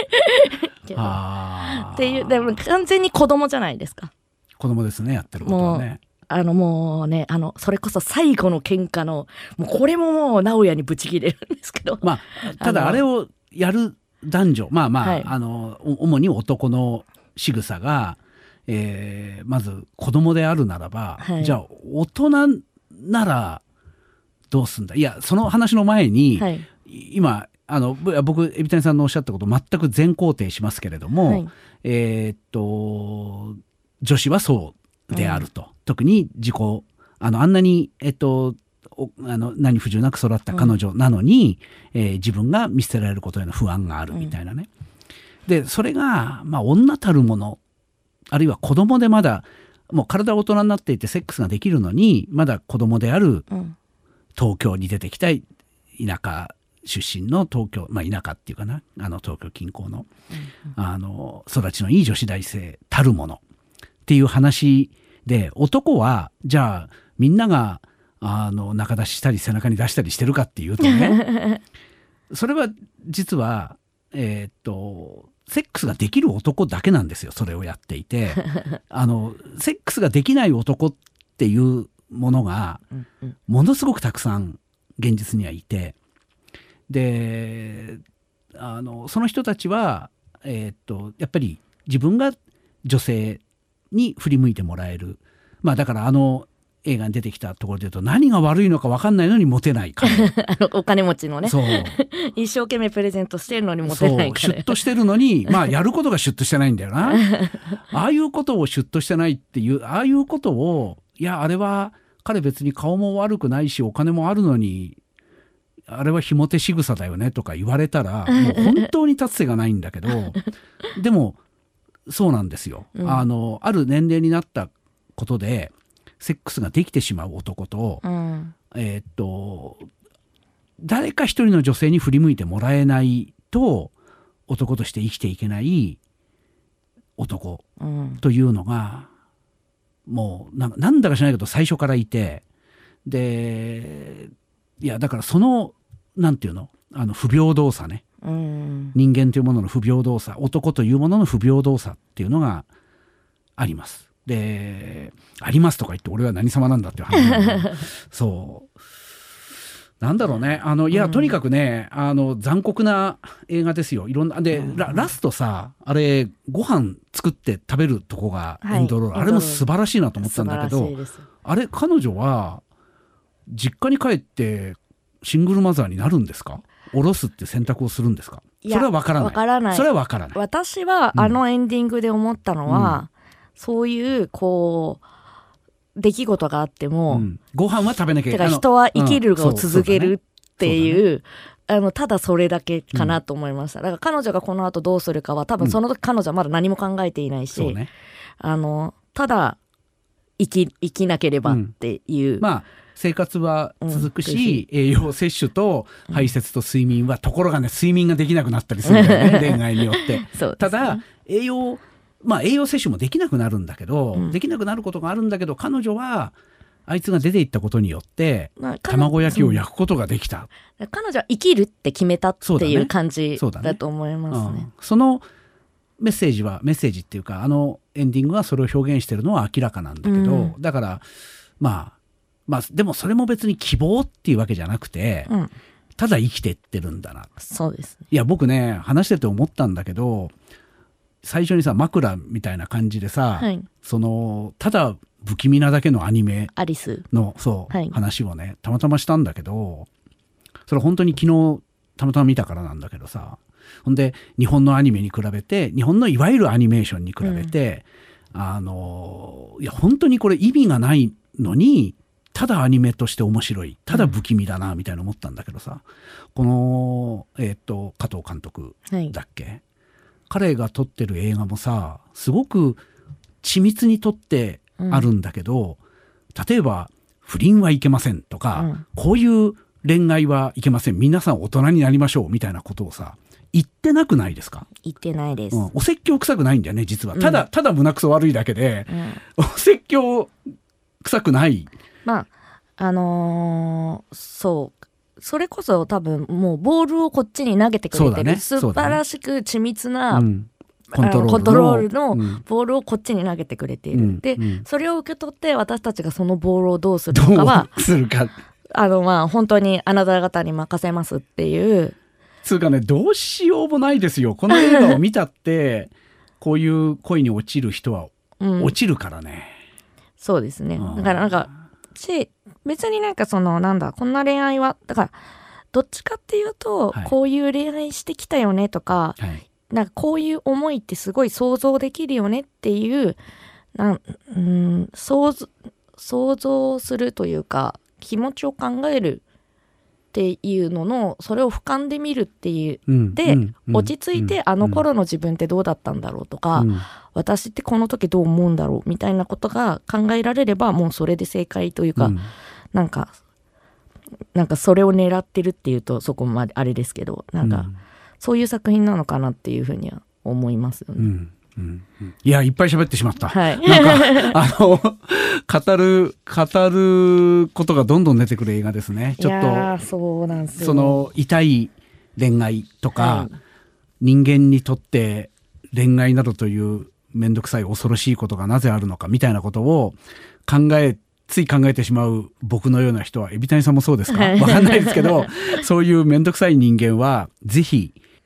あっていうでも完全に子供じゃないですか。 子供ですねやってることはね。 あのもうねあのそれこそ最後の喧嘩のもうこれももう直哉にブチ切れるんですけど、 まあ、ただあれをやる男女まあまあ、はい、あの主に男の仕草が、えー、まず子供であるならば、はい、じゃあ大人ならどうすんだ。いやその話の前に、はい、今あの僕海老谷さんのおっしゃったこと全く全肯定しますけれども、はい、えー、っと女子はそうであると、うん、特に自己あのあんなに、えっと、あの何不自由なく育った彼女なのに、うんえー、自分が見捨てられることへの不安があるみたいなね、うん、でそれが、まあ、女たるものあるいは子供でまだもう体大人になっていてセックスができるのにまだ子供である東京に出てきたい田舎出身の東京、まあ、田舎っていうかなあの東京近郊の、うん、あの育ちのいい女子大生たるものっていう話で男はじゃあみんながあの中出ししたり背中に出したりしてるかっていうとねそれは実はえー、っとセックスができる男だけなんですよそれをやっていてあのセックスができない男っていうものがものすごくたくさん現実にはいてであのその人たちは、えー、っとやっぱり自分が女性に振り向いてもらえる、まあ、だからあの映画に出てきたところで言うと何が悪いのか分かんないのにモテない彼あのお金持ちのね、 そう一生懸命プレゼントしてるのにモテない彼、 そうシュッとしてるのに、まあ、やることがシュッとしてないんだよなああいうことをシュッとしてないっていうああいうことをいやあれは彼別に顔も悪くないしお金もあるのにあれはひも手仕草だよねとか言われたらもう本当に立つ瀬がないんだけどでもそうなんですよ、うん、あのある年齢になったことでセックスができてしまう男と、うん、えー、っと誰か一人の女性に振り向いてもらえないと男として生きていけない男というのが、うん、もう な, なんだか知らないけど最初からいてでいやだからそのなんていうのあの不平等さね、うん、人間というものの不平等さ男というものの不平等さっていうのがあります。でありますとか言って俺は何様なんだっていう話なんだそうなんだろうねあのいや、うん、とにかくねあの残酷な映画ですよいろんなで、うん、ラ, ラストさあれご飯作って食べるとこがエンドロール、はい、あれも素晴らしいなと思ったんだけどあれ彼女は実家に帰ってシングルマザーになるんですか降ろすって選択をするんですかそれは分からない分からないそれは分からない私はあのエンディングで思ったのは、うんそういうこう出来事があっても、うん、 ご飯は食べなきゃいけない。 人は生きるを続けるっていう、うんねあのただそれだけかなと思いました。だから彼女がこの後どうするかは多分その時彼女はまだ何も考えていないし、うんね、あのただ生き、生きなければっていう、 うん、まあ生活は続くし、うん、栄養摂取と排泄と睡眠は、うん、ところがね睡眠ができなくなったりするんだよね恋愛によってそう、ね、ただ栄養まあ栄養摂取もできなくなるんだけど、うん、できなくなることがあるんだけど彼女はあいつが出ていったことによって、まあ、卵焼きを焼くことができた、 うん、彼女は生きるって決めたっていう感じだと思いますね。そ, うだね、うん、 そのメッセージはメッセージっていうかあのエンディングはそれを表現してるのは明らかなんだけど、うん、だからまあまあでもそれも別に希望っていうわけじゃなくて、うん、ただ生きてってるんだな。 そうですね。 いや僕ね話してて思ったんだけど最初にさ枕みたいな感じでさ、はい、そのただ不気味なだけのアニメアリスのそう、はい、話をねたまたましたんだけどそれ本当に昨日たまたま見たからなんだけどさほんで日本のアニメに比べて日本のいわゆるアニメーションに比べて、うん、あのいや本当にこれ意味がないのにただアニメとして面白いただ不気味だなみたいな思ったんだけどさ、うん、この、えー、っと加藤監督だっけ、はい彼が撮ってる映画もさすごく緻密に撮ってあるんだけど、うん、例えば不倫はいけませんとか、うん、こういう恋愛はいけません皆さん大人になりましょうみたいなことをさ言ってなくないですか。 言ってないです、うん、 お説教臭くないんだよね実はただ、うん、ただ胸くそ悪いだけで、うん、お説教臭くないまああのー、そうそれこそ多分もうボールをこっちに投げてくれてる、ね、素晴らしく緻密な、うん、コントロール の, コントロールのボールをこっちに投げてくれている、うん、で、うん、それを受け取って私たちがそのボールをどうするのかはどうするかあのまあ本当にあなた方に任せますっていうつうかねどうしようもないですよこの映画を見たってこういう恋に落ちる人は落ちるからね、 うん、そうですねだからなんかし別になんかそのなんだこんな恋愛はだからどっちかっていうと、はい、こういう恋愛してきたよねとか、はい、なんかこういう思いってすごい想像できるよねっていうなんうん想像想像するというか気持ちを考えるっていうののそれを俯瞰で見るっていう、うん、で、うんうん、落ち着いて、うん、あの頃の自分ってどうだったんだろうとか、うん、私ってこの時どう思うんだろうみたいなことが考えられればもうそれで正解というか、うん、なんかなんかそれを狙ってるっていうとそこまであれですけどなんか、うん、そういう作品なのかなっていうふうには思いますよね。うんうんうん、いやいっぱい喋ってしまった、はい、なんかあの語る語ることがどんどん出てくる映画ですね。ちょっといやそうなんですよ。その痛い恋愛とか、はい、人間にとって恋愛などというめんどくさい恐ろしいことがなぜあるのかみたいなことを考えつい考えてしまう僕のような人は海老谷さんもそうですかわかんないですけどそういうめんどくさい人間はぜひ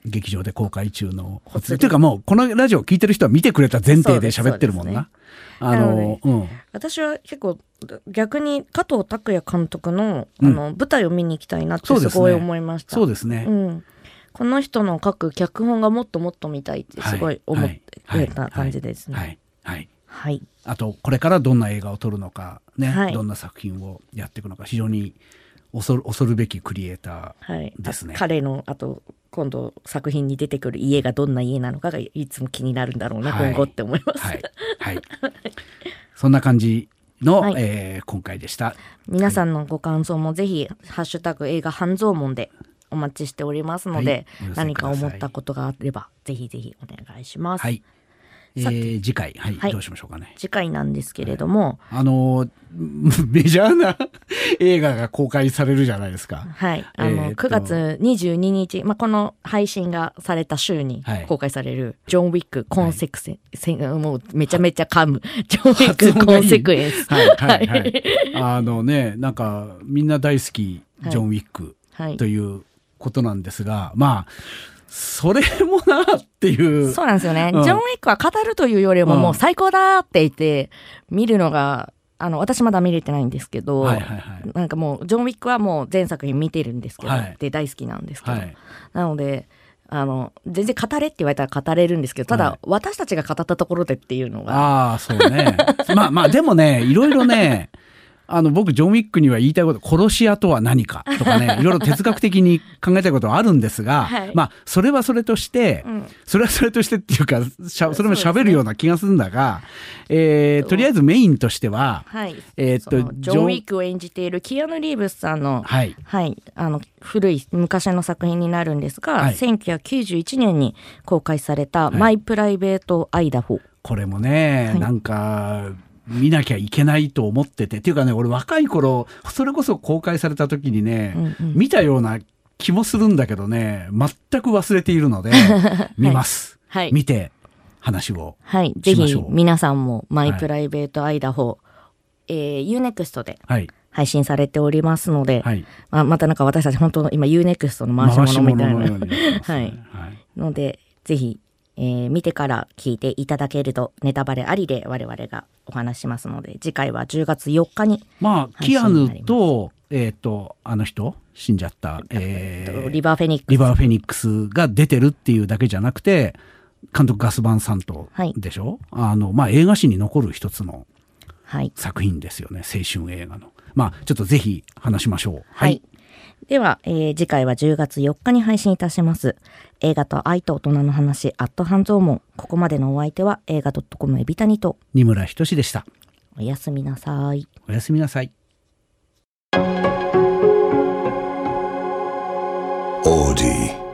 劇場で公開中のほつれというか、もうこのラジオを聞いてる人は見てくれた前提で喋ってるもんな。あの、うん、 私は結構逆に加藤拓也監督 の, あの舞台を見に行きたいなってすごい思いました。 そうですね、 うん、この人の書く脚本がもっともっと見たいってすごい思ってた感じですね。 はいはいはい、 あとこれからどんな映画を撮るのかね、はい、どんな作品をやっていくのか非常に恐る、恐るべきクリエイターですね。 はい、彼のあと今度作品に出てくる家がどんな家なのかがいつも気になるんだろうな、はい、今後って思います。 はいはい、そんな感じの、はい、えー、今回でした。 皆さんのご感想もぜひハッシュタグ映画半蔵門でお待ちしておりますので、はい、何か思ったことがあればぜひぜひお願いします。 はい、えー、次回、はいはい、どうしましょうかね。 次回なんですけれども、 はい、あのメジャーな映画が公開されるじゃないですか。 はい、あの、えー、くがつにじゅうににち、まあ、この配信がされた週に公開される、はい、ジョン・ウィックコンセクセン、はい、もうめちゃめちゃ噛むジョン・ウィックコンセクエンス、 はいはいはい、あのね、なんかみんな大好きジョン・ウィックということなんですが、はい、まあそれもなっていう。 そうなんですよね、うん、ジョン・ウィックは語るというよりももう最高だって言って見るのが、あの私まだ見れてないんですけど、はいはいはい、なんかもうジョン・ウィックはもう全作品見てるんですけど、はい、で大好きなんですけど、はい、なのであの全然語れって言われたら語れるんですけど、ただ、はい、私たちが語ったところでっていうのが、 ああそうねまあまあでもね、いろいろねあの僕ジョン・ウィックには言いたいこと、殺し屋とは何かとかね、いろいろ哲学的に考えたいことはあるんですが、はい、まあそれはそれとして、うん、それはそれとしてっていうかしゃそれも喋るような気がするんだが、えー、とりあえずメインとしては、はい、えー、っとジョン・ウィックを演じているキアヌ・リーブスさんの、はいはい、あの古い昔の作品になるんですが、はい、せんきゅうひゃくきゅうじゅういちねんに公開された、はい、マイ・プライベート・アイダホ。 これもね、はい、なんか見なきゃいけないと思ってて、っていうかね、俺若い頃それこそ公開された時にね、うんうん、見たような気もするんだけどね、全く忘れているので見ます、はい、見て話をしましょう。はい、 ぜひ皆さんもマイプライベートアイダホ、はい、えー、ユーネクスト で配信されておりますので、はい、まあ、またなんか私たち本当今 ユーネクスト の回し物みたいな、はいはい、のでぜひえー、見てから聞いていただけるとネタバレありで我々がお話しますので、次回はじゅうがつよっかにまあキアヌと、えー、とあの人死んじゃった、えー、リバーフェニックスリバーフェニックスが出てるっていうだけじゃなくて、監督ガス・バン・サントでしょ、はい、あのまあ、映画史に残る一つの作品ですよね、青春映画の。まあちょっとぜひ話しましょう。はい、はい、 では、えー、次回はじゅうがつよっかに配信いたします。映画と愛と大人の話、アット半蔵門。ここまでのお相手は映画 .com エビタニと二村仁でした。 おやすみなさい。 おやすみなさい。オーディ